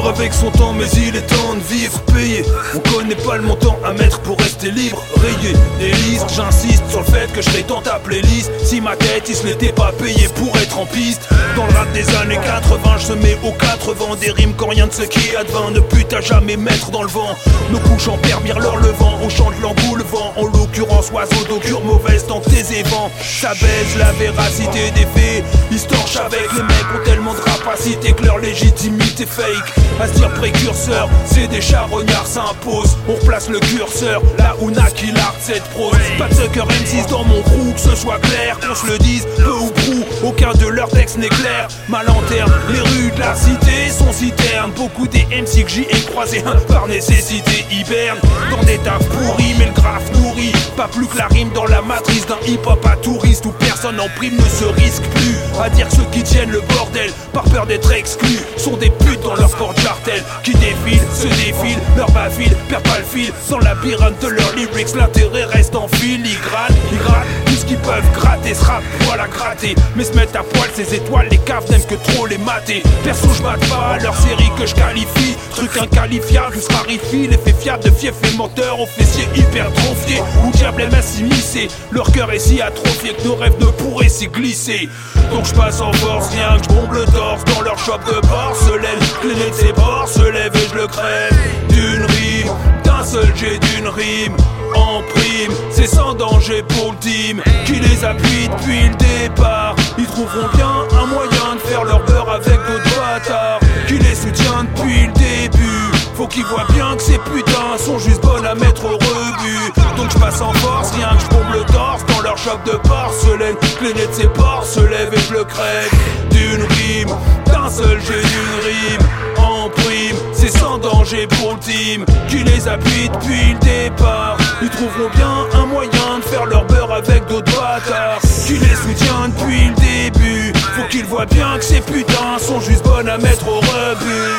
vivre avec son temps, mais il est temps de vivre payé. On connaît pas le montant à mettre pour rester libre. Rayé des listes, j'insiste sur le fait que je serais dans ta playlist. Si ma tête il se l'était pas payé pour être en piste. Dans le rap des années 80, je mets aux 80 des rimes quand rien de ce qui advint ne put à jamais mettre dans le vent. Nos couchants permirent leur levant, au chant de l'embout le vent. En l'occurrence, oiseau d'augure mauvaise dans tes évents. Ça baisse la véracité des faits. Ils se torchent avec les mecs ont tellement de rapacité que leur légitimité fake. À se dire précurseur, c'est des charognards s'imposent. On replace le curseur là où naquit l'art de cette prose. Pas de sucker M6 dans mon crew, que ce soit clair, qu'on se le dise peu ou prou. Aucun de leurs textes n'est clair. Ma lanterne, les rues de la cité sont citernes. Beaucoup des MC que j'y ai croisés par nécessité hibernent dans des tafs pourris, mais le graphe nourrit. Pas plus que la rime dans la matrice d'un hip-hop à touriste où personne en prime ne se risque plus à dire que ceux qui tiennent le bordel par peur d'être exclus sont des putes dans leur sport de jartel qui défilent, se défilent, leur bafile, perd pas le fil dans le labyrinthe de leurs lyrics. L'intérêt reste en filigrane, ils grattent tout ce qu'ils peuvent gratter, se rap poil à gratter, mais se mettent à poil ces étoiles, les caves n'aiment que trop les mater. Perso je mate pas leur série que je qualifie, truc inqualifiable, je raréfie l'effet fiable de fief et menteur aux fessiers hypertrophiés où diable aime s'immiscer, leur cœur est si atrophié que nos rêves ne pourraient s'y glisser. Donc je passe en force, rien que je bombe le torse dans leur shop de porcelaine. Les nez de ses bords se lèvent et je le crève d'une rime, d'un seul jet d'une rime en prime. C'est sans danger pour le team qui les appuie depuis le départ. Ils trouveront bien un moyen de faire leur beurre avec d'autres bâtards qui les soutient depuis le début. Faut qu'ils voient bien que ces putains sont juste bonnes à mettre au rebut. Donc je passe en force, rien que je bombe le torse dans leur shop de porcelaine. Les nez de ses porcs se lèvent et je le crève d'une rime, d'un seul jet d'une rime en prime. C'est sans danger pour le team qui les appuie depuis le départ. Ils trouveront bien un moyen de faire leur beurre avec d'autres bâtards qui les soutient depuis le début. Faut qu'ils voient bien que ces putains sont juste bonnes à mettre au rebut.